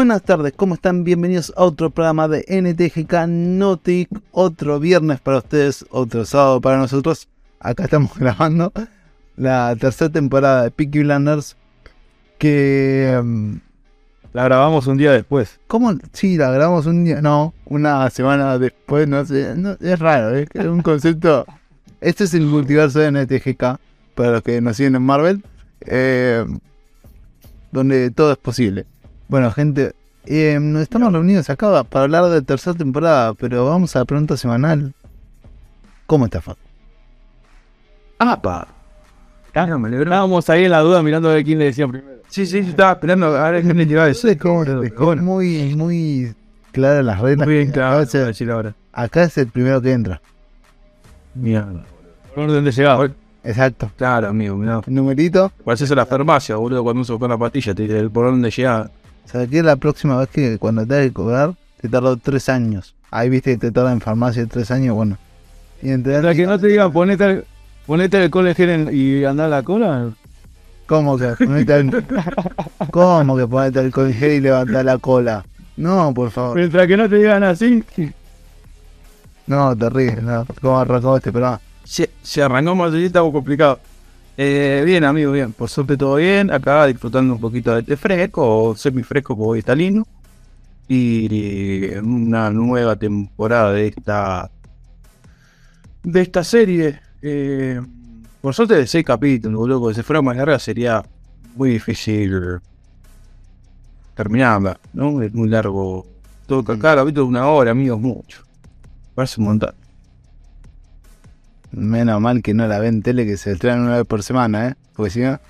Buenas tardes, ¿cómo están? Bienvenidos a otro programa de NTGK Nautic. Otro viernes para ustedes, otro sábado para nosotros. Acá estamos grabando la tercera temporada de Peaky Blinders. Que... la grabamos un día después. ¿Cómo? Sí, la grabamos un día... No, una semana después, no sé. No, es raro, es un concepto... Este es el multiverso de NTGK, para los que nos siguen en Marvel. Donde todo es posible. Bueno, gente, nos estamos reunidos acá para hablar de tercera temporada, pero vamos a la pregunta semanal. ¿Cómo está, Fac? ¡Apa! Estábamos ahí en la duda mirando a ver quién le decía primero. Sí, estaba esperando a ver quién le tiraba eso. Es muy clara las reglas. Muy bien claro, decir ahora. Acá es el primero que entra. Mierda. ¿Por dónde llegaba? Exacto. Claro, amigo, mirá. El numerito. Parece eso la farmacia, boludo, cuando uso con la pastilla, te dice el por dónde llegaba. ¿Sabes qué? La próxima vez que cuando te hay que cobrar, te tardó 3 años. Ahí viste que te tarda en farmacia 3 años, bueno. Y Para que no te digan, ponete alcohol en gel y andar a la cola. ¿Cómo que ponete alcohol en gel y levantar la cola? No, por favor. Mientras que no te digan así. No, terrible, no. ¿Cómo arrancó este programa? Se arrancó más y estaba complicado. Bien, amigo, bien. Por suerte todo bien. Acá disfrutando un poquito de té fresco o semifresco porque hoy está lindo. Y una nueva temporada de esta serie. Por suerte de 6 capítulos, boludo. Porque si fuera más larga sería muy difícil terminarla, ¿no? Es muy largo. Todo cada capítulo de 1 hora, amigos, mucho. Parece un montón. Menos mal que no la ven en tele, que se estrenan 1 vez por semana, porque si no...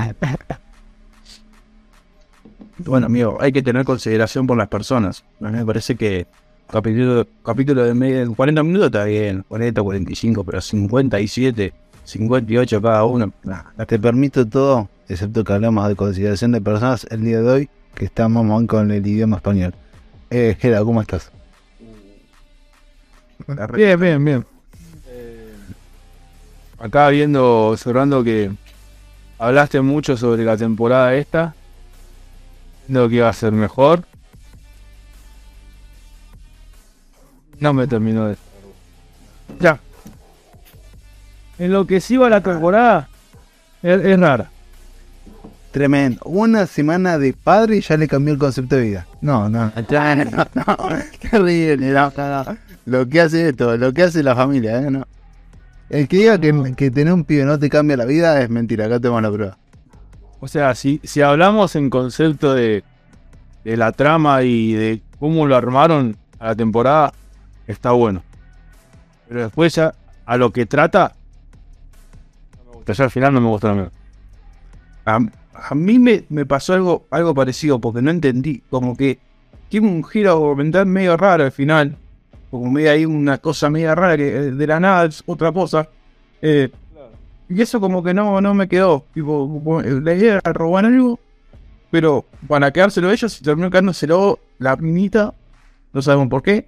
Bueno, amigo, hay que tener consideración por las personas. Me parece que capítulo de media de 40 minutos está bien, 40, 45, pero 57, 58 cada uno. Te permito todo, excepto que hablamos de consideración de personas el día de hoy, que estamos con el idioma español. Gera, ¿cómo estás? Bien. Acá observando que hablaste mucho sobre la temporada esta, lo que iba a ser mejor. No me terminó de... Ya. En lo que sí va la temporada, es rara. Tremendo. Una semana de padre y ya le cambió el concepto de vida. No. Terrible, no. Lo que hace esto, lo que hace la familia, no. El que diga que tener un pibe no te cambia la vida es mentira, acá tenemos la prueba. O sea, si hablamos en concepto de la trama y de cómo lo armaron a la temporada, está bueno. Pero después ya, a lo que trata, no me gusta. Ya al final no me gustó la mierda. A mí me pasó algo parecido, porque no entendí. Como que tiene un giro argumental medio raro al final. Como medio ahí una cosa media rara que de la nada es otra cosa. Y eso como que no me quedó. Tipo, la idea era robar algo, pero para quedárselo ellos y terminó quedándoselo la minita. No sabemos por qué.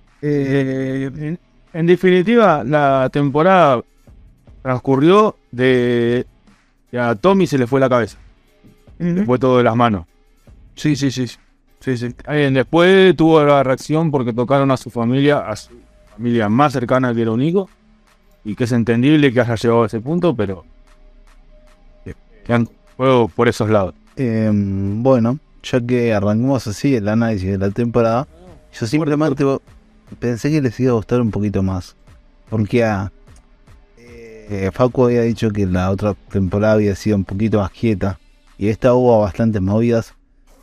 En definitiva, la temporada transcurrió de a Tommy se le fue la cabeza. Le fue todo de las manos. Sí. Después tuvo la reacción porque tocaron a su familia más cercana que lo único. Y que es entendible que haya llegado a ese punto, pero fue por esos lados. Bueno, ya que arrancamos así el análisis de la temporada, yo simplemente pensé que les iba a gustar un poquito más. Porque Facu había dicho que la otra temporada había sido un poquito más quieta. Y esta hubo bastantes movidas.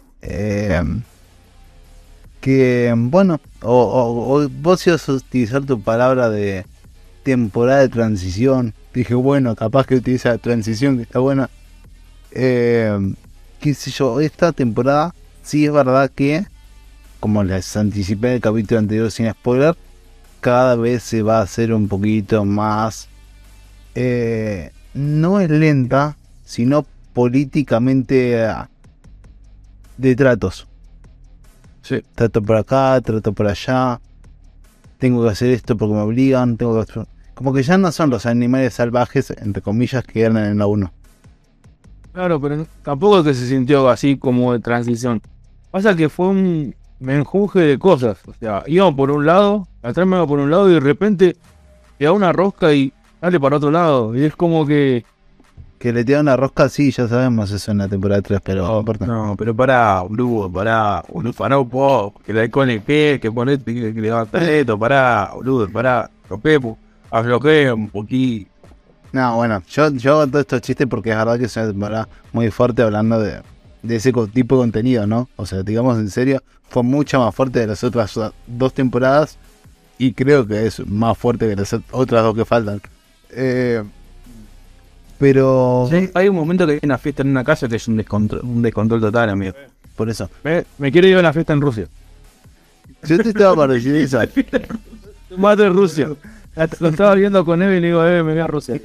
Que bueno, o vos ibas a utilizar tu palabra de temporada de transición. Dije, bueno, capaz que utiliza transición, que está buena. Qué sé yo, esta temporada sí es verdad que, como les anticipé en el capítulo anterior sin spoiler, cada vez se va a hacer un poquito más, no es lenta, sino políticamente de tratos. Sí. Trato por acá, trato por allá. Tengo que hacer esto porque me obligan. Como que ya no son los animales salvajes, entre comillas, que eran en la 1. Claro, pero tampoco es que se sintió así como de transición. Pasa que fue un menjunje de cosas. O sea, íbamos por un lado, la trama iba por un lado y de repente te da una rosca y sale para otro lado. Y es como que... Que le tira una rosca, sí, ya sabemos eso en la temporada 3, pero no importa. No, pero pará, boludo, pará un poco, que le con el pie, que ponete, que levantás esto, pará, boludo, pará, rompemos, aflojé un poquito. No, bueno, yo hago todos estos chistes porque es verdad que es una temporada muy fuerte hablando de ese tipo de contenido, ¿no? O sea, digamos en serio, fue mucho más fuerte de las otras 2 temporadas y creo que es más fuerte que las otras 2 que faltan. Pero... Sí, hay un momento que hay una fiesta en una casa que es un descontrol total, amigo. Por eso. Me quiero ir a una fiesta en Rusia. Yo te estaba para decir eso. Mato en Rusia. Lo estaba viendo con Eve y le digo, me voy a Rusia.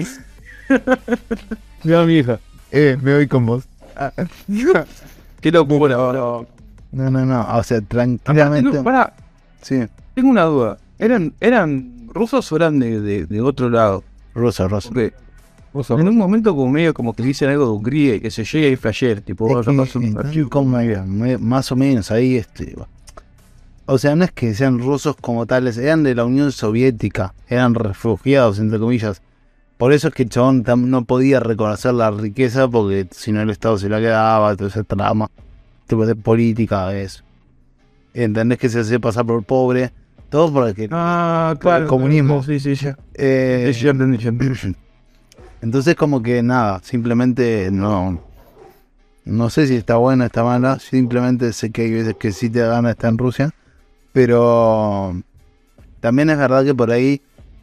Mira a mi hija. Me voy con vos. Qué locura, boludo. No. O sea, tranquilamente. No, pará, Sí, tengo una duda. ¿Eran rusos o eran de otro lado? Rosa. Porque en un momento como medio como que dicen algo de Hungría y que se llega y flasher, tipo, Es que, más o menos ahí, o sea, no es que sean rusos como tales, eran de la Unión Soviética, eran refugiados, entre comillas. Por eso es que el chabón no podía reconocer la riqueza, porque si no el Estado se la quedaba, toda esa trama, tipo de política, es. ¿Entendés que se hace pasar por pobre? Todo por el claro, comunismo. Sí, ya. Eh, Sí, ya entendí. Entonces como que nada, simplemente no sé si está buena o está mala, simplemente sé que hay veces que sí te da gana estar en Rusia, pero también es verdad que por ahí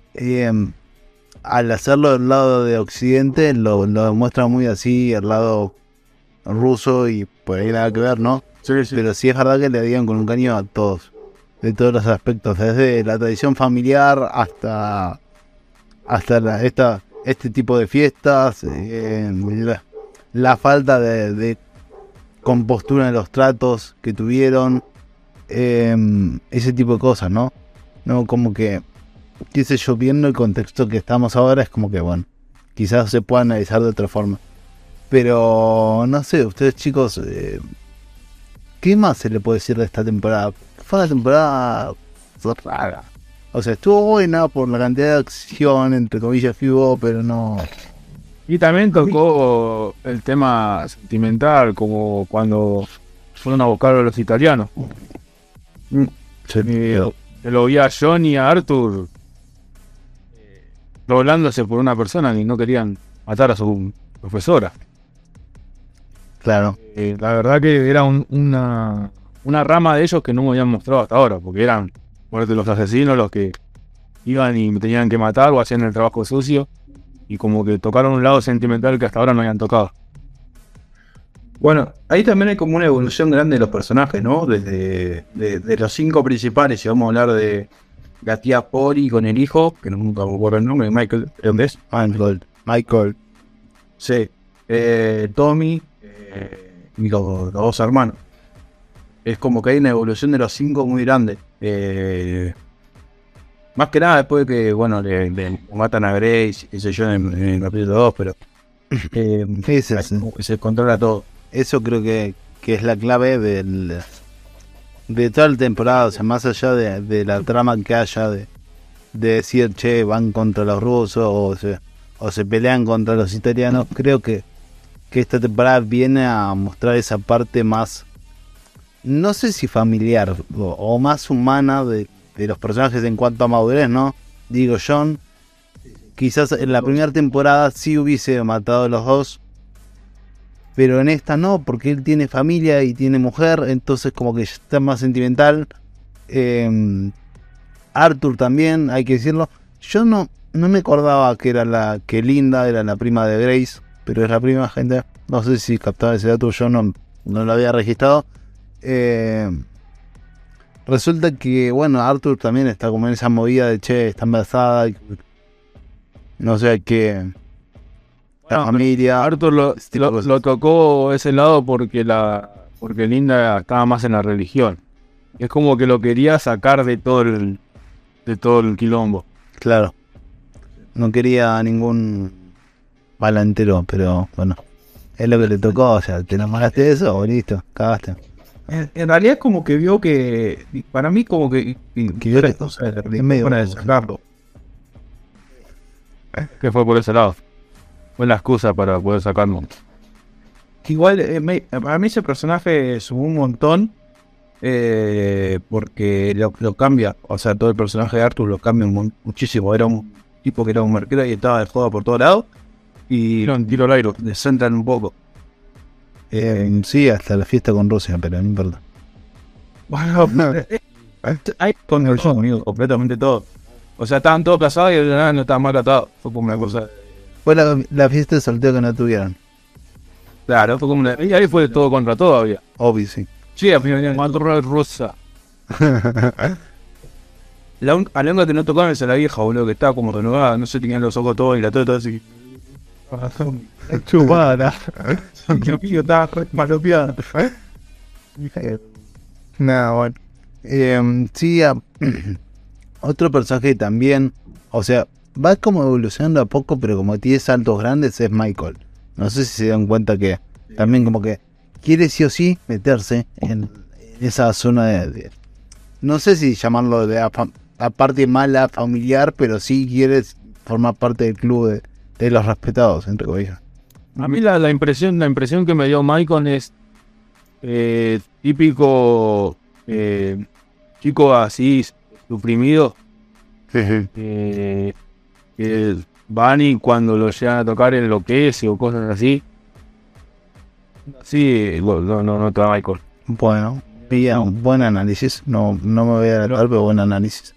al hacerlo del lado de Occidente lo demuestra muy así el lado ruso y por ahí nada que ver, ¿no? Sí. Pero sí es verdad que le digan con un cariño a todos, de todos los aspectos, desde la tradición familiar hasta este tipo de fiestas, la falta de compostura en los tratos que tuvieron, ese tipo de cosas, ¿no? No, como que, qué sé yo, viendo el contexto que estamos ahora, es como que, bueno, quizás se pueda analizar de otra forma. Pero, no sé, ustedes chicos, ¿qué más se le puede decir de esta temporada? Fue una temporada rara. O sea, estuvo buena por la cantidad de acción, entre comillas, que hubo, pero no... Y también tocó el tema sentimental, como cuando fueron a buscar a los italianos. Se lo vi a John y a Arthur doblándose por una persona y no querían matar a su profesora. Claro. La verdad que era una rama de ellos que no me habían mostrado hasta ahora, porque eran los asesinos los que iban y me tenían que matar o hacían el trabajo sucio, y como que tocaron un lado sentimental que hasta ahora no habían tocado. Bueno, ahí también hay como una evolución grande de los personajes, ¿no? Desde de los 5 principales, si vamos a hablar de la tía Polly con el hijo, que nunca me acuerdo el nombre, Michael, ¿de dónde es? Michael. Sí, Tommy y los 2 hermanos. Es como que hay una evolución de los 5 muy grande. Más que nada después de que, bueno, le matan a Grace, qué sé yo, en el capítulo 2, pero como que se controla todo. Eso creo que es la clave de toda la temporada, o sea, más allá de la trama que haya de decir, che, van contra los rusos o se pelean contra los italianos. Creo que esta temporada viene a mostrar esa parte más, no sé si familiar o más humana de los personajes en cuanto a madurez, ¿no? Digo, John, quizás en la primera temporada sí hubiese matado a los 2, pero en esta no, porque él tiene familia y tiene mujer, entonces como que ya está más sentimental. Arthur también, hay que decirlo. Yo no me acordaba que Linda era la prima de Grace, pero es la prima, gente. No sé si captaba ese dato, yo no lo había registrado. Resulta que, bueno, Arthur también está como en esa movida de, che, está embarazada, no sé qué... La familia. Arthur lo tocó ese lado porque Linda estaba más en la religión. Es como que lo quería sacar de todo el quilombo. Claro. No quería ningún palantero, pero bueno. Es lo que le tocó, o sea, te enamoraste de eso o listo, cagaste. En realidad como que vio que, para mí como que vio que es medio para bobo. sacarlo. Que fue por ese lado. Fue la excusa para poder sacarlo. Igual, para mí ese personaje sumó un montón, porque lo cambia, o sea, todo el personaje de Arthur lo cambia muchísimo. Era un tipo que era un marquero y estaba de joda por todos lados, y Tiro un tiro al aire. descentran un poco. Sí, hasta la fiesta con Rusia, pero no importa. Bueno, ahí con el sonido, completamente todo. O sea, estaban todos casados y de nada no estaban mal atados. Fue como una cosa. Fue la fiesta de sorteo que no tuvieron. Claro, fue como una. Y ahí fue todo contra todo había. Obvio, sí. Sí, al final. Madre rusa. A la única que no tocaron es a la vieja, boludo, que estaba como renovada. No sé, tenían los ojos todos y la todo así. Chupara. Mi amigo estaba malopeada. Nada, bueno. Sí, otro personaje también, o sea, va como evolucionando a poco, pero como tiene saltos grandes, es Michael. No sé si se dan cuenta que también como que quiere sí o sí meterse en esa zona no sé si llamarlo de la parte mala familiar, pero sí quiere formar parte del club de los respetados, entre comillas. A mí la impresión que me dio Maicon es típico chico así suprimido, que van y cuando lo llegan a tocar enloquece o cosas así. Sí, no te da Michael. Bueno, bien, buen análisis. No me voy a adelantar, pero buen análisis.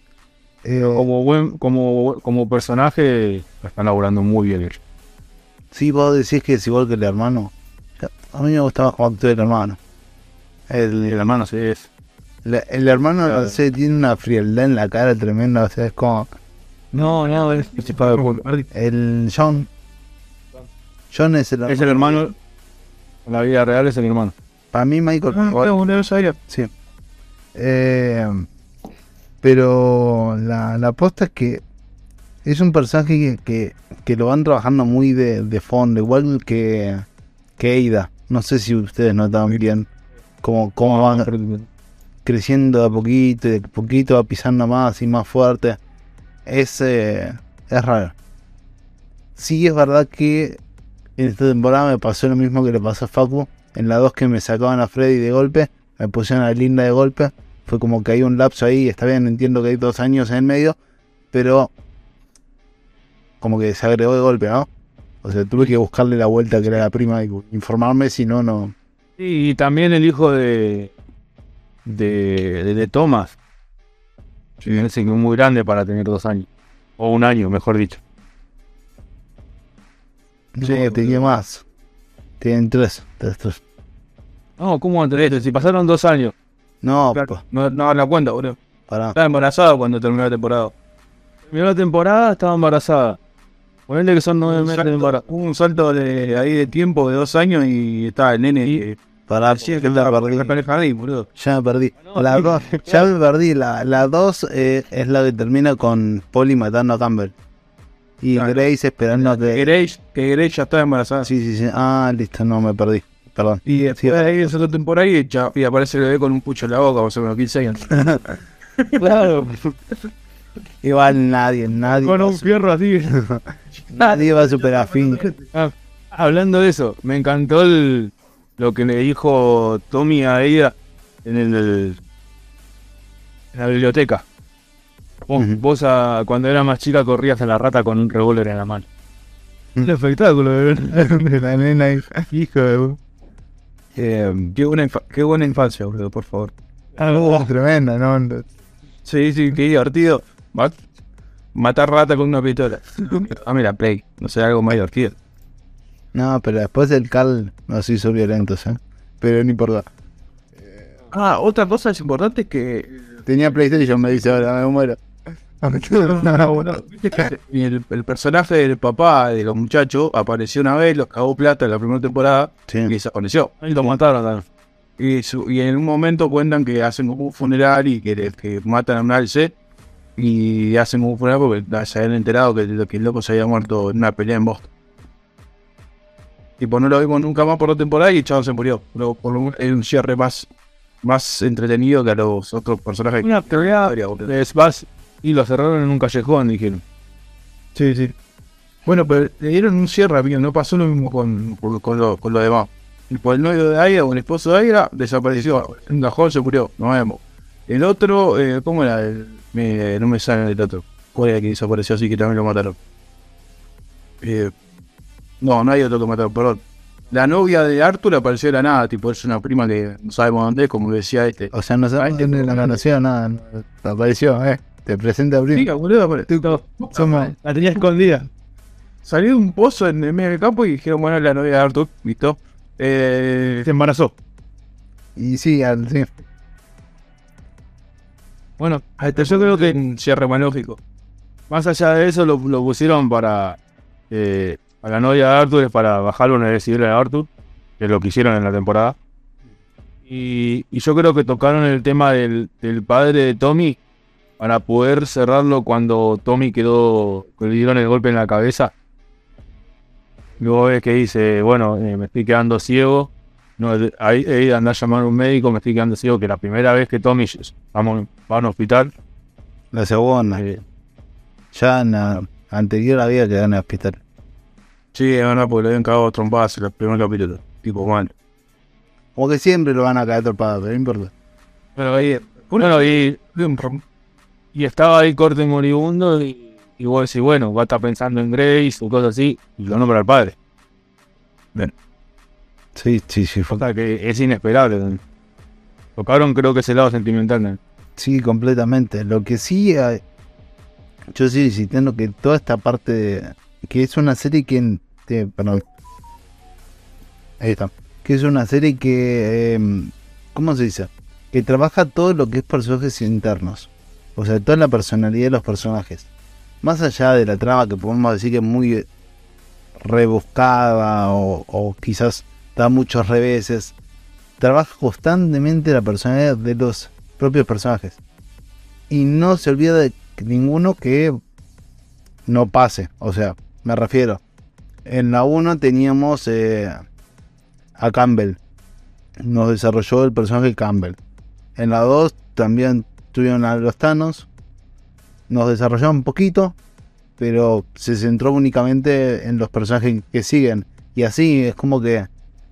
Como personaje la están laburando muy bien ellos. Sí, vos decís que es igual que el hermano. A mí me gustaba como actúa el hermano. El hermano sí es. El hermano, no sé, tiene una frialdad en la cara tremenda. O sea, es como No, es el John. John es el hermano. Es el hermano. En la vida real es el hermano. Para mí, Michael. Bueno, Sí. Pero la aposta es que es un personaje que lo van trabajando muy de fondo, igual que Ada. No sé si ustedes notaban bien cómo van creciendo de a poquito va pisando más y más fuerte. Es raro. Sí, es verdad que en esta temporada me pasó lo mismo que le pasó a Facu. En la 2 que me sacaban a Freddy de golpe, me pusieron a Linda de golpe. Fue como que hay un lapso ahí, está bien, entiendo que hay 2 años en el medio, pero como que se agregó de golpe, ¿no? O sea, tuve que buscarle la vuelta que era la prima y informarme, si no. Sí, y también el hijo de Thomas. Sí, me parece que es muy grande para tener 2 años. O 1 año, mejor dicho. Sí, tenía más. Tienen 3. No, ¿cómo antes? Si pasaron 2 años. No, Claro, no la cuenta, boludo. pará. Estaba embarazada cuando terminó la temporada. Terminó la temporada, estaba embarazada. Ponele que son 9 meses de embarazo. Hubo un salto de ahí de tiempo de 2 años y estaba el nene. Pará, Decía que ya estaba me perdí. con el jardín, boludo. Ya me perdí. No, La sí. 2, ya me perdí. La 2 es la que termina con Polly matando a Campbell. Y Claro. Grace esperando a Que Grace ya estaba embarazada. Sí. Ah, listo, no, me perdí. Perdón. Y después de ahí es otra temporada y aparece el bebé con un pucho en la boca, o sea, unos 15 años. Claro. Igual nadie Con un fierro así. nadie va a superar a Finn. Ah, hablando de eso, me encantó lo que le dijo Tommy a ella en la biblioteca. Ujú. Vos cuando era más chica corrías a la rata con un revólver en la mano. Un espectáculo de La nena ahí. hijo de... Qué buena infancia, boludo, por favor. Tremenda, ¿no? Sí, qué divertido. Matar rata con una pistola. Mira, Play. No sé, algo más divertido. No, pero después el Carl nos hizo violentos, ¿eh? Pero no importa. Otra cosa es importante es que Tenía PlayStation, me dice ahora, me muero. y el personaje del papá de los muchachos apareció una vez, los cagó plata en la primera temporada Sí. y desapareció. Ahí lo mataron también. Y en un momento cuentan que hacen como un funeral y que matan a un alce y hacen como un funeral porque se habían enterado que el loco se había muerto en una pelea en Boston. Tipo, no lo vimos nunca más por 2 temporadas y el chabón se murió. Pero por lo menos hay un cierre más más entretenido que a los otros personajes. Una teoría es vas y lo cerraron en un callejón, dijeron. Sí. Bueno, pero le dieron un cierre, amigo. No pasó lo mismo con lo demás. El novio de Aira o el esposo de Aira desapareció. En un cajón se murió. Nos vemos. El otro, ¿cómo era? No me sale el otro. ¿Cuál era que desapareció así que también lo mataron? No hay otro que mataron, perdón. La novia de Arthur apareció de la nada, tipo, es una prima que no sabemos dónde es, como decía este. O sea, no sabemos dónde la conoció, nada. No, apareció, Te presenta primo. Sí, boludo, apareció. La tenía escondida. Salió de un pozo en el medio del campo y dijeron, bueno, la novia de Arthur, ¿listo? Se embarazó. Y sí, sí. Bueno, yo creo que un cierre más lógico. más allá de eso lo pusieron para a la novia de Arthur, es para bajarlo en el decibel a Arthur, que es lo que hicieron en la temporada. Y yo creo que tocaron el tema del padre de Tommy para poder cerrarlo cuando Tommy que le dieron el golpe en la cabeza. Luego ves que dice, bueno, me estoy quedando ciego. No, ahí anda a llamar a un médico, me estoy quedando ciego, que la primera vez que Tommy va a un hospital. La segunda. Ya en la anterior había quedado en el hospital. Sí, es verdad, porque le habían cagado trompadas en el primer capítulo. Tipo mal. Como que siempre lo van a caer trompadas, pero no importa. Pero ahí, bueno, y estaba ahí corte moribundo y vos decís, bueno, va a estar pensando en Grace o cosas así, y lo nombra al padre. Bien. Sí. O sea que es inesperable. Tocaron creo que ese lado sentimental, ¿no? Sí, completamente. Lo que sí, yo sigo insistiendo que toda esta parte que es una serie que... perdón. Ahí está. Que es una serie que... ¿cómo se dice? Que trabaja todo lo que es personajes internos. O sea, toda la personalidad de los personajes. Más allá de la trama que podemos decir que es muy rebuscada o quizás da muchos reveses. Trabaja constantemente la personalidad de los propios personajes. Y no se olvida de ninguno que no pase. O sea, me refiero. En la 1 teníamos a Campbell. Nos desarrolló el personaje Campbell. En la 2 también tuvieron a los Thanos. Nos desarrollaron un poquito, pero se centró únicamente en los personajes que siguen. Y así es como que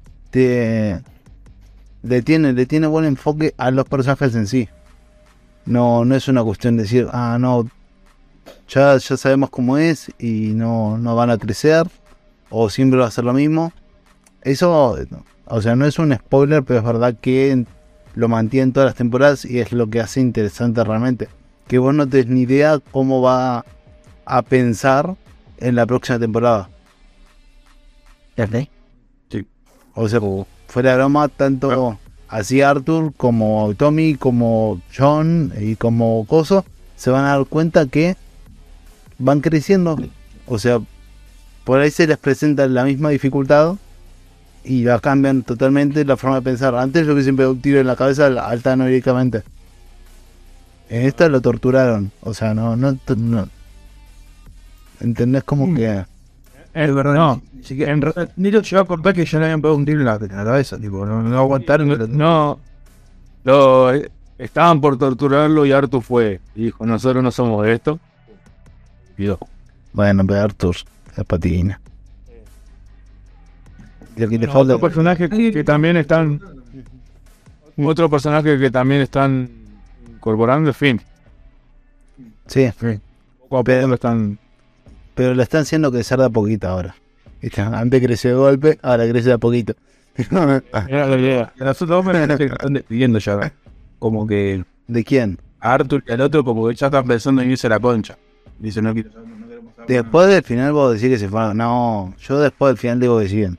le tiene buen enfoque a los personajes en sí. No es una cuestión de decir, no, ya sabemos cómo es y no van a crecer, o siempre va a ser lo mismo. Eso, o sea, no es un spoiler, pero es verdad que lo mantiene todas las temporadas y es lo que hace interesante realmente. Que vos no tenés ni idea cómo va a pensar en la próxima temporada. Sí. O sea, fuera de broma, tanto así Arthur como Tommy, como John y como Coso, se van a dar cuenta que van creciendo. O sea, por ahí se les presenta la misma dificultad y la cambian totalmente la forma de pensar. Antes yo que siempre un tiro en la cabeza al Thanos directamente. En esta lo torturaron. O sea, no ¿entendés? Como que... Es verdad. No, Ni lo llevaba a contar que ya le habían pegado un tiro en la cabeza. Tipo, no aguantaron. No, estaban por torturarlo y Arthur fue y dijo, nosotros no somos de esto. Pido. Bueno, pero Arthur es patina. Lo que le falta... Otro personaje que también están... Otro personaje que también están incorporando es Finn. Sí, Poco a poco lo están... pero lo están haciendo crecer de a poquito ahora. ¿Viste? Antes creció de golpe, ahora crece de a poquito. Era la idea. Nosotros dos me están despidiendo ya. Como que ¿De quién? a Arthur y al otro como que ya están pensando en irse a la concha. Dice, no quiero saber, no queremos saber. Después del final vos decís que se fueron. No, yo después del final digo que siguen.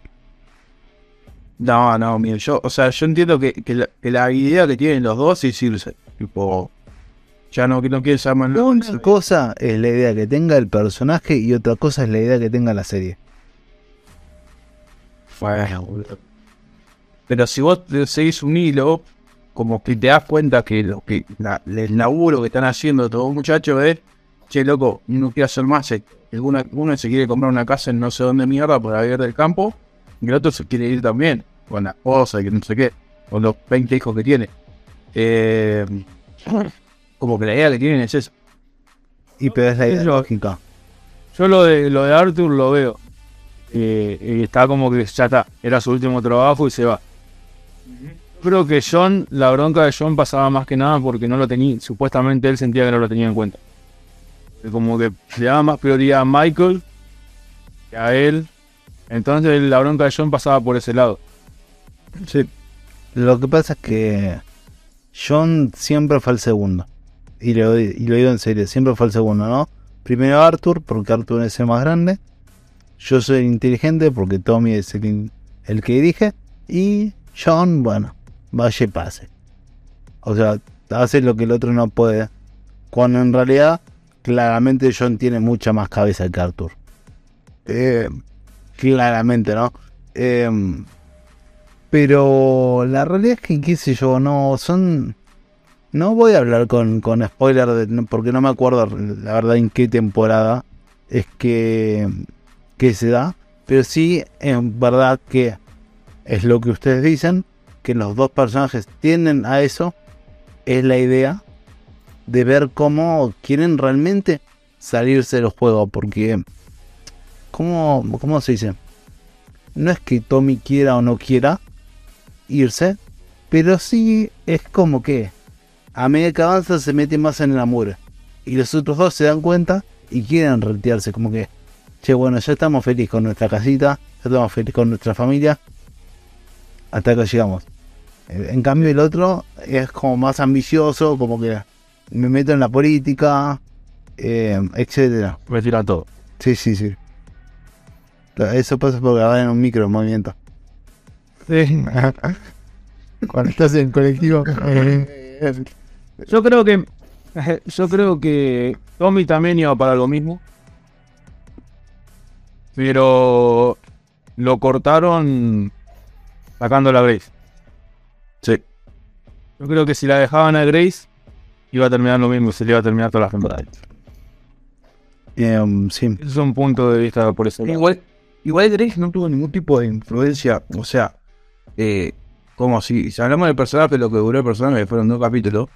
No, mira, yo entiendo que la idea que tienen los dos es irse. Tipo, ya no quieren saber más nada. Una cosa es la idea que tenga el personaje y otra cosa es la idea que tenga la serie. Bueno, boludo. Pero si vos seguís un hilo, como que te das cuenta que el laburo que están haciendo todos los muchachos es, che, loco, uno quiere hacer más. Uno se quiere comprar una casa en no sé dónde mierda por la del campo, y el otro se quiere ir también, con la esposa y que no sé qué, con los 20 hijos que tiene. Eh, como que la idea que tienen es eso. Y pero es la idea Eso- lógica. Yo lo de Arthur lo veo. Está como que ya está. Era su último trabajo y se va. Creo que John, la bronca de John pasaba más que nada porque no lo tenía. Supuestamente él sentía que no lo tenía en cuenta. Como que le daba más prioridad a Michael que a él. Entonces la bronca de John pasaba por ese lado. Sí. Lo que pasa es que John siempre fue el segundo. Y lo digo en serio, siempre fue el segundo, ¿no? Primero Arthur, porque Arthur es el más grande. Yo soy el inteligente, porque Tommy es el que dirige. Y John, bueno, vaya y pase. O sea, hace lo que el otro no puede. Cuando en realidad, claramente John tiene mucha más cabeza que Arthur. Claramente, ¿no? Pero la realidad es que, qué sé yo, no son... No voy a hablar con spoiler porque no me acuerdo la verdad en qué temporada es que se da. Pero sí es verdad que es lo que ustedes dicen, que los dos personajes tienden a eso. Es la idea de ver cómo quieren realmente salirse del juego. Porque, ¿cómo se dice? No es que Tommy quiera o no quiera irse, pero sí es como que a medida que avanza se mete más en el amor. Y los otros dos se dan cuenta y quieren retirarse. Como que, che, bueno, ya estamos felices con nuestra casita, ya estamos felices con nuestra familia. Hasta acá llegamos. En cambio el otro es como más ambicioso, como que me meto en la política, etcétera. Me tira todo. Sí, sí, sí. Eso pasa por grabar en un micro en movimiento. Sí. Cuando estás en colectivo. Yo creo que Tommy también iba para lo mismo. Pero lo cortaron sacándola a Grace. Sí. Yo creo que si la dejaban a Grace, iba a terminar lo mismo, se le iba a terminar todas las temporadas. Sí. Ese es un punto de vista por ese lado. Igual Grace no tuvo ningún tipo de influencia. O sea, como si hablamos del personaje, lo que duró el personaje, que fueron 2 capítulos.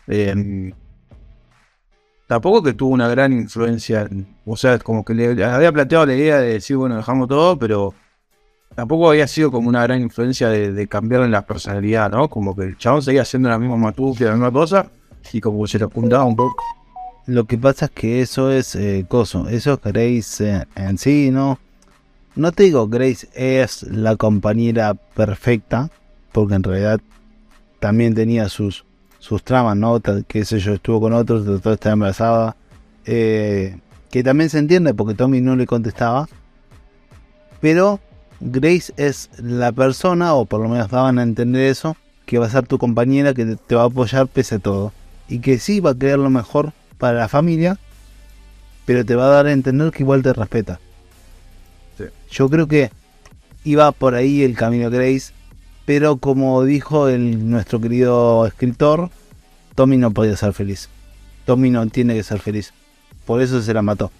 Tampoco que tuvo una gran influencia. O sea, como que le había planteado la idea de decir, bueno, dejamos todo, pero tampoco había sido como una gran influencia de cambiarle la personalidad, ¿no? Como que el chabón seguía haciendo la misma matufia, la misma cosa, y como que se le apuntaba un poco. Lo que pasa es que eso es eso es Grace en sí, ¿no? No te digo Grace es la compañera perfecta, porque en realidad también tenía sus tramas, ¿no? Qué sé yo, estuvo con otros, trató de estar embarazada, que también se entiende porque Tommy no le contestaba, pero Grace es la persona, o por lo menos daban a entender eso, que va a ser tu compañera, que te va a apoyar pese a todo, y que sí va a querer lo mejor para la familia, pero te va a dar a entender que igual te respeta. Sí. Yo creo que iba por ahí el camino Grace, pero como dijo nuestro querido escritor, Tommy no podía ser feliz. Tommy no tiene que ser feliz. Por eso se la mató.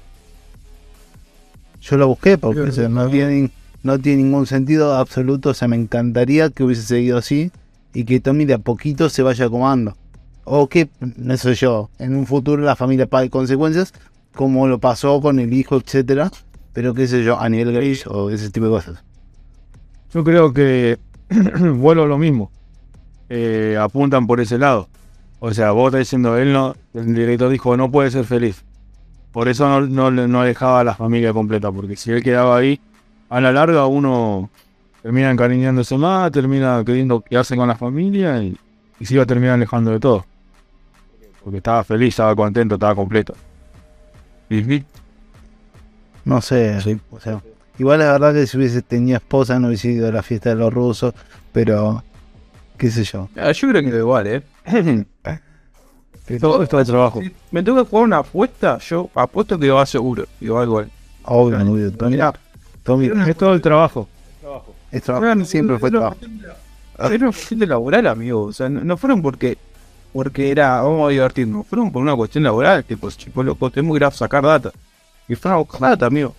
Yo lo busqué porque no tiene ningún sentido absoluto. O sea, me encantaría que hubiese seguido así y que Tommy de a poquito se vaya acomodando. O que, no sé yo, en un futuro la familia pague consecuencias, como lo pasó con el hijo, etcétera. Pero qué sé yo, a nivel Grace o ese tipo de cosas. Yo creo que vuelvo a lo mismo. Apuntan por ese lado. O sea, vos estás diciendo, el director dijo, no puede ser feliz. Por eso no dejaba a la familia completa, porque si él quedaba ahí, a la larga uno termina encariñándose más, termina queriendo quedarse con la familia y se iba a terminar alejando de todo. Porque estaba feliz, estaba contento, estaba completo. Y No sé, Sí. o sea, igual la verdad que si hubiese tenido esposa no hubiese ido a la fiesta de los rusos, pero qué sé yo. Yo creo que da igual, todo esto de trabajo. Si me tengo que jugar una apuesta, yo apuesto que va seguro. Igual. Obvio, Tommy, Es todo el trabajo. siempre fue trabajo. Era una cuestión de laboral, amigo. O sea, no fueron porque era, vamos a divertirnos. Fueron por una cuestión laboral. Tipo, chicos, loco, tenemos que ir a sacar data. Y fueron a buscar data, amigo.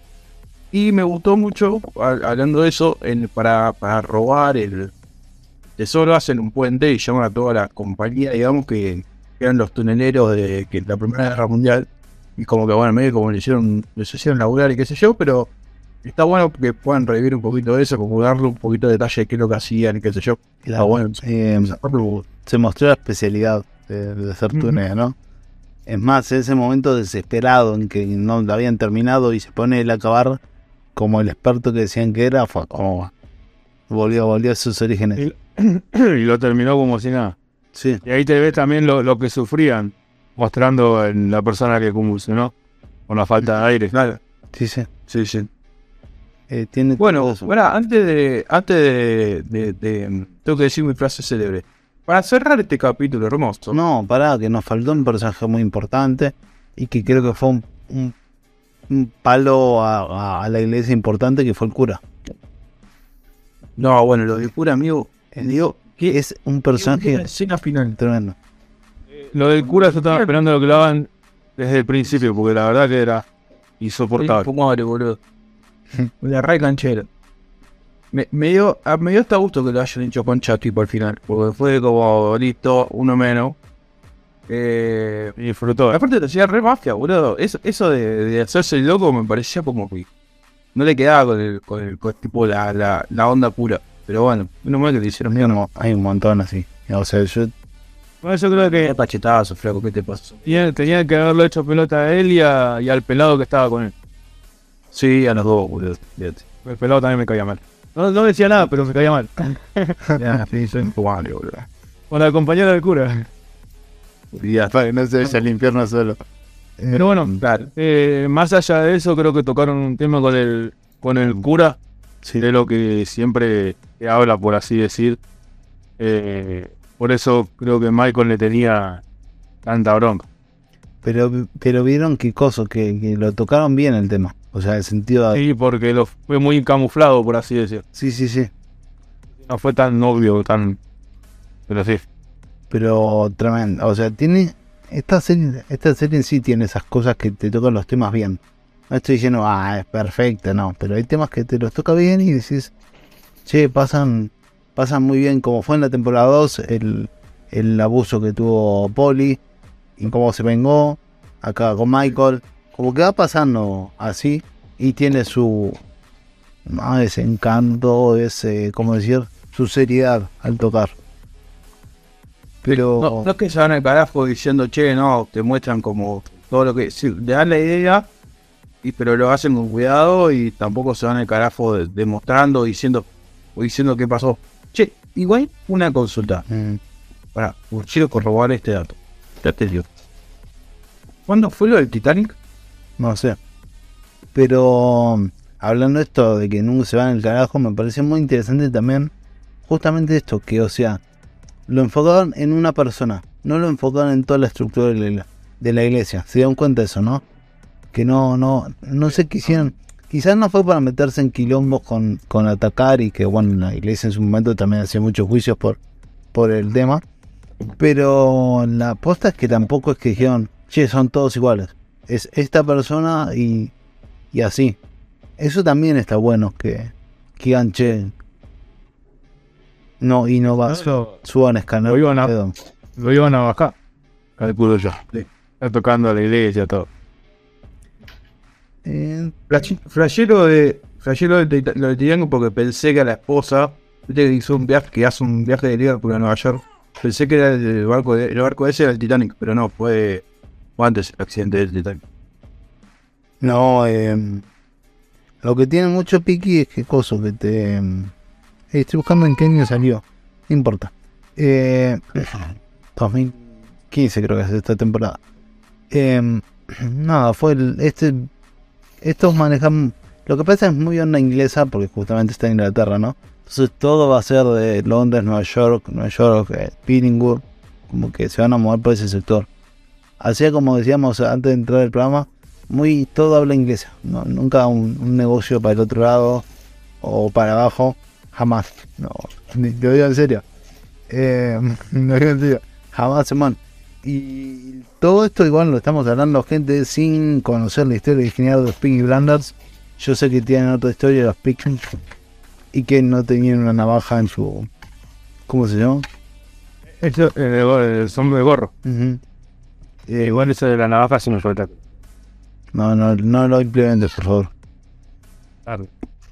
Y me gustó mucho, hablando de eso, para robar el tesoro, hacen un puente y llaman a toda la compañía, digamos, que eran los tuneleros de que la Primera Guerra Mundial. Y como que, bueno, medio como les hicieron laburar y qué sé yo, pero está bueno que puedan revivir un poquito de eso, como darle un poquito de detalle de qué es lo que hacían y qué sé yo. Está bueno. Se mostró la especialidad de hacer túneles, ¿no? Es más, ese momento desesperado en que no lo habían terminado y se pone él a acabar como el experto que decían que era, fue como volvió a sus orígenes. Y lo terminó como si nada. Sí. Y ahí te ves también lo que sufrían, mostrando en la persona que convulsionó con la falta de aire. Claro. Sí, sí. Sí, sí. Tiene Bueno, todo eso. antes de tengo que decir mi frase célebre. Para cerrar este capítulo hermoso. No, pará, que nos faltó un personaje muy importante y que creo que fue un palo a la iglesia importante, que fue el cura. No, bueno, lo del cura, amigo. Digo, Que es un personaje escena final. tremendo. Lo del cura yo estaba esperando lo que lo hagan desde el principio, porque la verdad que era insoportable. Infumable, boludo. La re canchera. Me dio hasta gusto que lo hayan hecho con Chucky por el final, porque fue como listo, uno menos. Y disfrutó. Aparte te hacía re mafia, boludo. Eso de hacerse el loco me parecía como que no le quedaba con tipo la onda pura. Pero bueno, uno más que le hicieron miedo. No, hay un montón así. O sea, Bueno, yo creo que Qué pachetazo, flaco, ¿qué te pasó? tenía que haberlo hecho pelota a él y al pelado que estaba con él. Sí, a los dos, boludo. Fíjate. El pelado también me caía mal. No decía nada, pero me caía mal. Ya, sí, soy infumable, boludo. Con la compañera del cura. para que no se vaya al infierno solo. Pero bueno, Claro. más allá de eso, creo que tocaron un tema con el cura, Sí. de lo que siempre se habla, por así decir. Por eso creo que Michael le tenía tanta bronca. Pero vieron qué cosa, que lo tocaron bien el tema. O sea, el sentido de... Sí, porque lo fue muy camuflado, por así decir. Sí, sí, sí. No fue tan obvio, pero sí. Pero tremendo. O sea, tiene... Esta serie en sí tiene esas cosas que te tocan los temas bien. No estoy diciendo, es perfecta, no. Pero hay temas que te los toca bien y decís, che, pasan muy bien. Como fue en la temporada 2, el abuso que tuvo Polly y cómo se vengó acá con Michael. Como que va pasando así y tiene ese encanto, ¿cómo decir? Su seriedad al tocar. Pero No es que se van al carajo diciendo, che, no, te muestran como todo lo que... Sí, le dan la idea, pero lo hacen con cuidado y tampoco se van al carajo demostrando, diciendo qué pasó. Che, igual una consulta. Quiero corroborar este dato. Ya te digo. ¿Cuándo fue lo del Titanic? no sé. Pero hablando de esto de que nunca se van al carajo, me pareció muy interesante también justamente esto, que o sea, lo enfocaron en una persona, no lo enfocaron en toda la estructura de la iglesia. Se dieron cuenta de eso, ¿no? Que no sé qué hicieron. Quizás no fue para meterse en quilombos con atacar, y que bueno, la iglesia en su momento también hacía muchos juicios por el tema. Pero la posta es que tampoco es que dijeron, che, son todos iguales. Es esta persona y así. Eso también está bueno, que digan, che, no suban escáner. Lo iban a bajar, calculo yo. Sí. Está tocando a la iglesia, todo. Flashero de Titanic, porque pensé que a la esposa, viste que hizo un viaje, que hace un viaje de Liverpool a Nueva York. Pensé que era el barco ese era el Titanic, pero no, fue antes el accidente del Titanic. No, lo que tiene mucho piqui es que coso que te... estoy buscando en qué año salió. No importa. 2015 creo que es esta temporada. Nada, fue estos manejan... Lo que pasa es muy onda inglesa, porque justamente está en Inglaterra, ¿no? Entonces todo va a ser de Londres, Nueva York, Pinningwood. Como que se van a mover por ese sector. Así como decíamos antes de entrar al programa, todo habla inglesa. No, nunca un negocio para el otro lado o para abajo. Jamás. No, lo digo en serio. Lo digo en serio. Jamás, hermano. Y todo esto igual lo estamos hablando, gente, sin conocer la historia original de los Peaky Blinders. Yo sé que tienen otra historia de los Peaky y que no tenían una navaja en su ¿Cómo se llama? Eso, el sombrero de gorro. Ujú. Igual eso de la navaja es un espectáculo. No lo implementes, por favor. Tarde.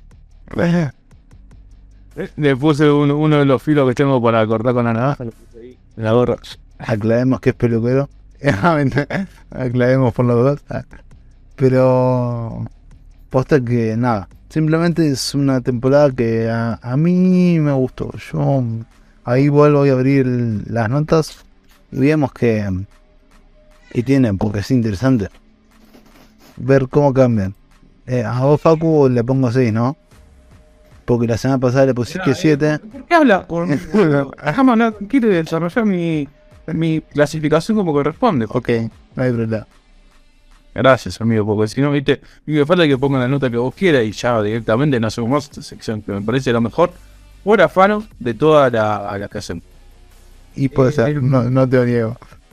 Le puse uno de los filos que tengo para cortar con la navaja, lo puse ahí en la gorra. Aclaremos que es peluquero. Aclaremos por los dos. Pero posta que nada. Simplemente es una temporada que a mí me gustó. Yo ahí vuelvo a abrir las notas y vemos que tienen, porque es interesante ver cómo cambian. A vos, Facu, le pongo 6, ¿no? Porque la semana pasada le pusiste 7. ¿Por qué habla? Déjame hablar, quiero desarrollar mi clasificación como corresponde. Ok, no hay problema. Gracias, amigo, porque si no, viste, me falta que pongan la nota que vos quieras y ya directamente no hacemos más esta sección, que me parece lo mejor por afano de toda la que hacemos. Y puede ser, no te lo niego.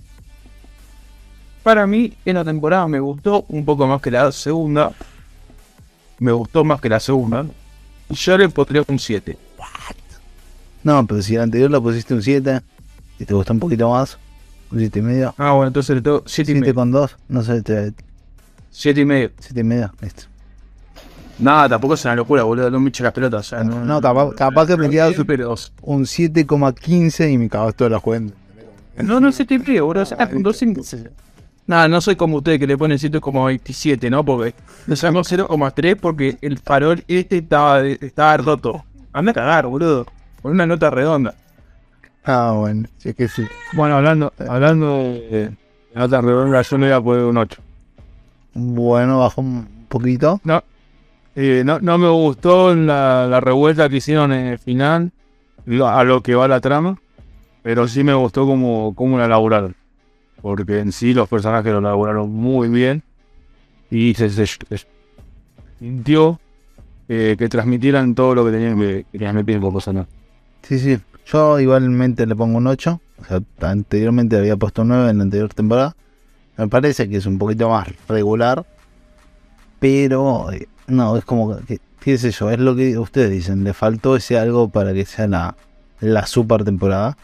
Para mí, en la temporada me gustó un poco más que la segunda. Me gustó más que la segunda. Yo le pondría un 7. No, pero si la anterior la pusiste un 7 y te gustó un poquito más, un 7,5. Ah, bueno, entonces le tengo 7 y 7 medio. con 2, no sé, 7 y medio. 7,5, listo. Nada, tampoco es una locura, boludo, no me eche las pelotas. O sea, No, capaz que me quedas pero dos. un 7,15 y me cagas todas las cuentas. No, 7 y medio, boludo. O sea, 2,5. Nada, no soy como ustedes que le ponen 7,27, ¿no? Porque le saco 0,3 porque el farol estaba roto. Anda a cagar, boludo. Con una nota redonda. Ah, bueno, sí, es que sí. Bueno, hablando de nota redonda, yo le voy a poner un 8. Bueno, bajó un poquito. No me gustó la revuelta que hicieron en el final, a lo que va la trama, pero sí me gustó cómo la elaboraron. Porque en sí los personajes lo elaboraron muy bien y se sintió que transmitieran todo lo que tenían que transmitir como personaje. Sí. Yo igualmente le pongo un 8. O sea, anteriormente había puesto un 9 en la anterior temporada. Me parece que es un poquito más regular. Pero no, es como que, qué sé yo, es lo que ustedes dicen. Le faltó ese algo para que sea la super temporada.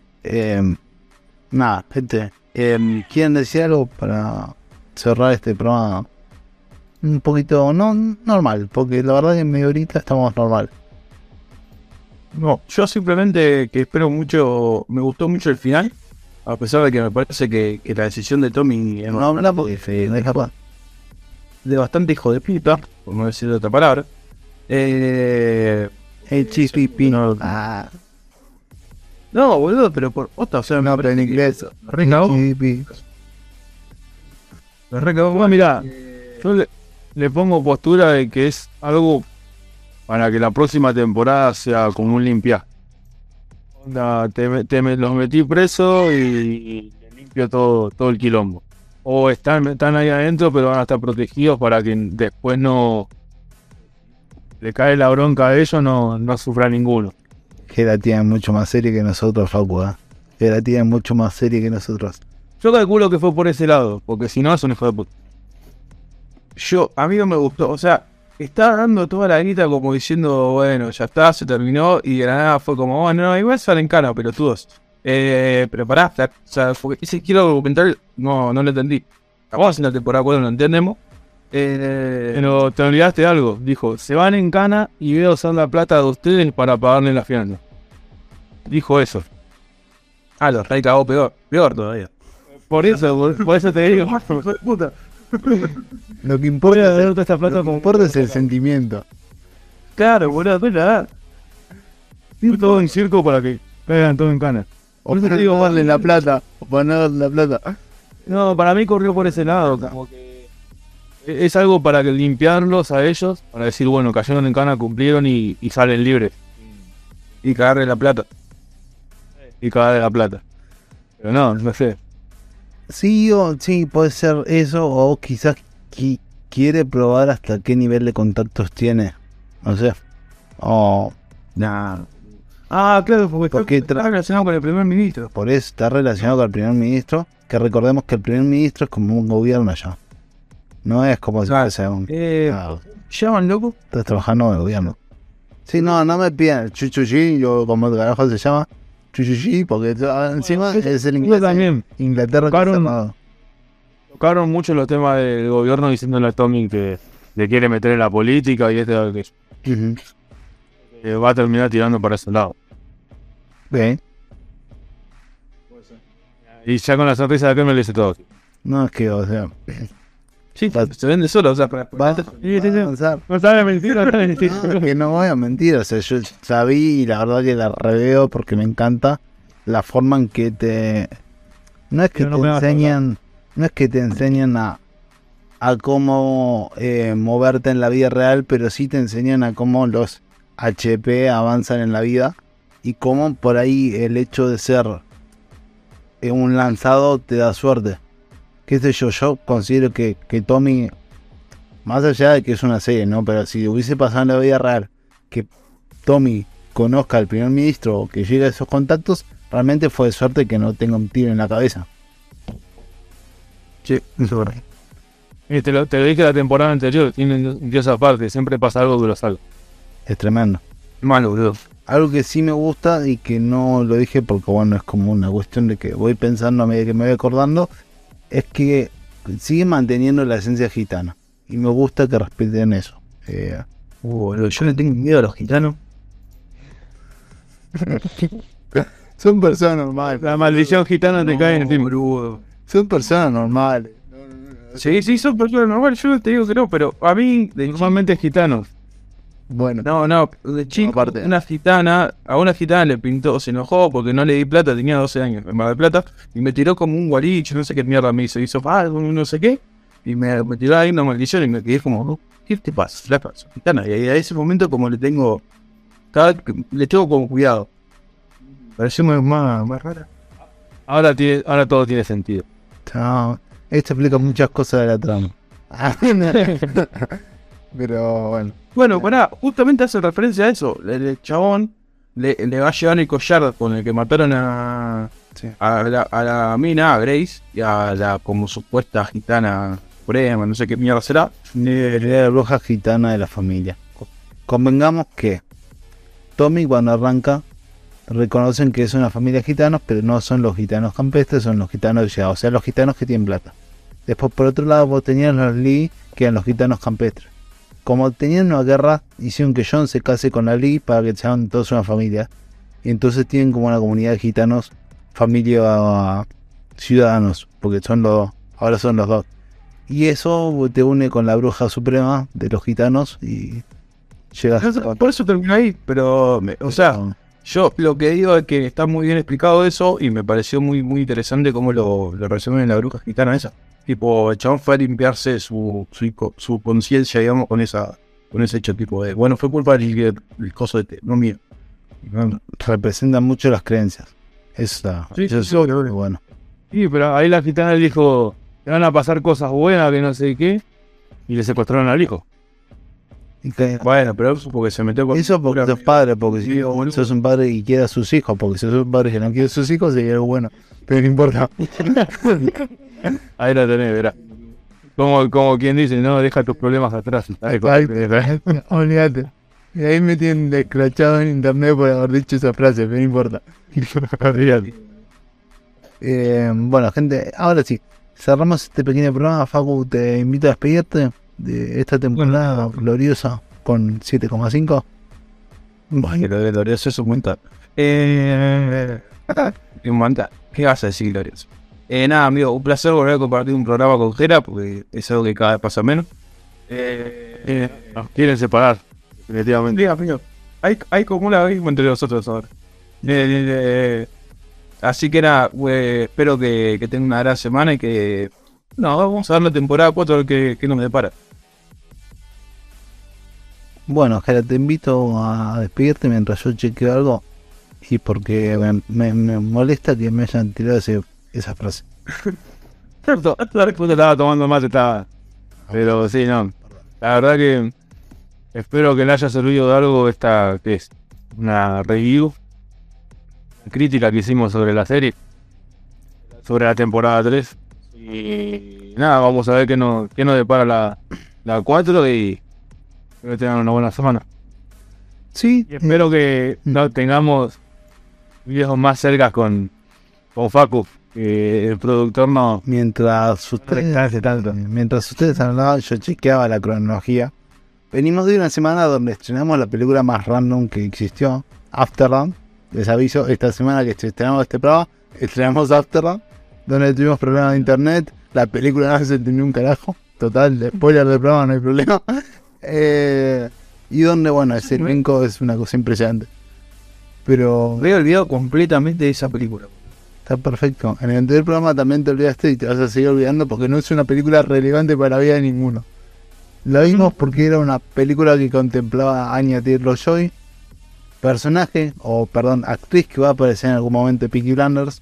Nada, gente. ¿Quieren decir algo para cerrar este programa? Un poquito, no normal, porque la verdad que en media horita estamos normal. No, yo simplemente que espero mucho, me gustó mucho el final, a pesar de que me parece que la decisión de Tommy es No, porque no es capaz. de bastante hijo de puta, por no decir otra palabra. El chispipi. No, boludo, pero por otra, o sea, No, pero en inglés. me recagó. Chispipi. Me recagó. Bueno, mirá, yo le pongo postura de que es algo para que la próxima temporada sea como un limpia. Onda, los metí preso y le limpio todo el quilombo. O están ahí adentro, pero van a estar protegidos para que después no le cae la bronca a ellos, no sufra ninguno. Gera tiene mucho más serie que nosotros, Facu. Gera tiene mucho más serie que nosotros. Yo calculo que fue por ese lado, porque si no es un hijo de puta. A mí no me gustó, o sea, estaba dando toda la guita como diciendo, bueno, ya está, se terminó, y de la nada fue como, bueno, no, igual salen cana, pelotudos. Pero pará, o sea, porque ese quiero documental, no lo entendí. Vamos en la temporada 4, no entendemos. Pero te olvidaste de algo, dijo, se van en cana y voy a usar la plata de ustedes para pagarle la fianza. Dijo eso. Los rey cagó peor todavía. Por eso te digo, hijo de puta. Lo que Voy importa, a dar toda esta plata lo que como importa es el sentimiento. Claro, boludo, pues nada. todo en circo para que caigan todo en cana. O por eso te digo, darle la plata. O poner la plata. No, para mí corrió por ese lado, como que es algo para que limpiarlos a ellos, para decir, bueno, cayeron en cana, cumplieron y salen libres. Y cagarle la plata. Y cagarle la plata. Pero no sé. Sí, puede ser eso. O quizás quiere probar hasta qué nivel de contactos tiene. No sé. O Nah. Claro, porque está relacionado con el primer ministro. por eso está relacionado con el primer ministro. Que recordemos que el primer ministro es como un gobierno allá. No es como si fuese un... ¿Llaman loco? Estás trabajando en el gobierno. Sí, no me pidan el chuchuchi, yo como el carajo se llama. chuchuchi, porque encima es el Yo inglés. también. Inglaterra Tocaron- Tocaron mucho los temas del gobierno diciéndole a Tommy que le quiere meter en la política y que va a terminar tirando para ese lado. Bien. Y ya con la sonrisa de aquel me lo dice todo. No, es que, o sea, Sí, se vende solo, o sea, para va a avanzar. No sabe mentira, no sabe mentira. No, que no voy a mentir, o sea, yo la vi y la verdad que la reveo porque me encanta la forma en que te... No es que Pero no te me vas a enseñan, no es que te enseñan a cómo moverte en la vida real, pero sí te enseñan a cómo los HP avanzan en la vida y cómo por ahí el hecho de ser un lanzado te da suerte. Qué sé yo considero que Tommy, más allá de que es una serie, ¿no? Pero si hubiese pasado en la vida real que Tommy conozca al primer ministro o que llegue a esos contactos, realmente fue de suerte que no tenga un tiro en la cabeza. Sí, eso es verdad. Y te lo dije la temporada anterior, tienen un dios aparte, siempre pasa algo que lo salva. Es tremendo. Malo, boludo. Algo que sí me gusta y que no lo dije porque bueno, es como una cuestión de que voy pensando a medida que me voy acordando, es que sigue manteniendo la esencia gitana. Y me gusta que respeten eso. Boludo, yo le tengo miedo a los gitanos. Son personas normales. La maldición gitana te cae encima. Boludo. Son personas normales. Sí, son personas normales, yo no te digo que no, pero a mí, Normalmente es gitanos. Bueno, no, de chico, aparte. a una gitana le pintó, se enojó porque no le di plata, tenía 12 años en Mar del Plata, y me tiró como un guaricho, no sé qué mierda me hizo algo, no sé qué, y me tiró ahí una maldición y me quedé como, "Oh, ¿qué te pasa? Flaca, sos gitana", y a ese momento como le tengo como cuidado. Pareció más rara. Ahora todo tiene sentido. no, esto explica muchas cosas de la trama. Pero bueno. Bueno, pará, justamente hace referencia a eso. El chabón le va a llevar el collar con el que mataron a la mina, a Grace, y a la como supuesta gitana suprema, no sé qué mierda será. Era la bruja gitana de la familia. Convengamos que Tommy cuando arranca reconocen que es una familia de gitanos, pero no son los gitanos campestres, son los gitanos ya, o sea, los gitanos que tienen plata. Después por otro lado vos tenías los Lee, que eran los gitanos campestres. Como tenían una guerra, hicieron que John se case con la Lee para que sean todos una familia. Y entonces tienen como una comunidad de gitanos, familia ciudadanos, porque ahora son los dos. Y eso te une con la bruja suprema de los gitanos y llegas Por eso terminó ahí, pero, o sea, yo lo que digo es que está muy bien explicado eso y me pareció muy muy interesante cómo lo resumen en la bruja gitana esa. Tipo, el chabón fue a limpiarse su conciencia, digamos, con ese hecho, tipo de, bueno, fue culpa del coso de té, no mío. representan mucho las creencias. Sí, Eso sí, es obvio. bueno. Sí, pero ahí la gitana le dijo, te van a pasar cosas buenas, que no sé qué, y le secuestraron al hijo. Y que- Bueno, pero eso porque se metió con... Eso porque sos padre, porque si Sí, boludo. sos un padre y quiere a sus hijos, porque si sos un padre que no quiere a sus hijos sería algo bueno, pero no importa. Ahí la tenés, verá. Como quien dice, no, deja tus problemas atrás. Olvídate. Y ahí me tienen escrachado en internet por haber dicho esa frase, pero no importa. Bueno, gente, ahora sí, cerramos este pequeño programa. Facu, te invito a despedirte de esta temporada gloriosa con 7,5. Bueno, lo de glorioso es un cuenta. ¿Qué vas a decir, glorioso? Nada, amigo, un placer volver a compartir un programa con Jera, porque es algo que cada vez pasa menos. Nos quieren separar, definitivamente. Sí, amigo, hay como un abismo entre nosotros ahora. Así que nada, espero que tengan una gran semana y que... No, vamos a dar la temporada 4 a ver qué nos depara. Bueno, Jera, te invito a despedirte mientras yo chequeo algo. Y porque me molesta que me hayan tirado esa frase. Cierto, la respuesta estaba tomando mate, estaba. Pero sí, no. La verdad que espero que le haya servido de algo esta, que es una review, una crítica que hicimos sobre la serie, sobre la temporada 3. Y nada, vamos a ver qué nos depara la 4 y espero que tengan una buena semana. Sí, Y espero que no tengamos viejos más cerca con Facu, que el productor no Mientras hace tanto. mientras ustedes hablaban, yo chequeaba la cronología. Venimos de una semana donde estrenamos la película más random que existió, Afterland. Les aviso, esta semana que estrenamos este programa, estrenamos Afterland, donde tuvimos problemas de internet. La película no se entendió un carajo. Total, spoiler del programa, no hay problema. Y donde, bueno, ese elenco es una cosa impresionante. Pero Me había olvidado completamente de esa película. está perfecto. En el anterior programa también te olvidaste y te vas a seguir olvidando porque no es una película relevante para la vida de ninguno. La vimos porque era una película que contemplaba a Anya Taylor-Joy, personaje, o perdón, actriz que va a aparecer en algún momento de Peaky Blinders.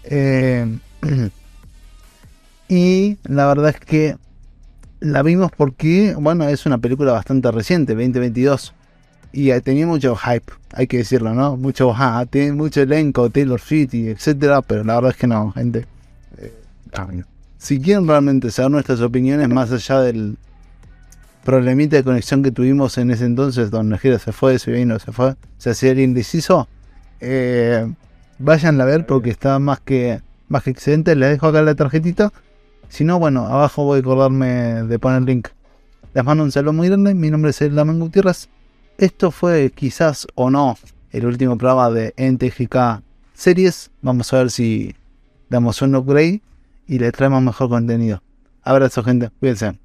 Y la verdad es que la vimos porque, bueno, es una película bastante reciente, 2022. Y tenía mucho hype, hay que decirlo, ¿no? Tiene mucho elenco, Taylor Swift y etcétera, pero la verdad es que no, gente. Si quieren realmente saber nuestras opiniones, más allá del problemita de conexión que tuvimos en ese entonces, donde Gira se fue, se vino, se fue, se hacía el indeciso, váyanla a ver porque está más que excelente. Les dejo acá la tarjetita. Si no, bueno, abajo voy a acordarme de poner el link. Les mando un saludo muy grande. Mi nombre es Damián Gutiérrez. Esto fue quizás o no el último programa de NTGK Series. Vamos a ver si damos un upgrade y le traemos mejor contenido. Abrazo, gente. Cuídense.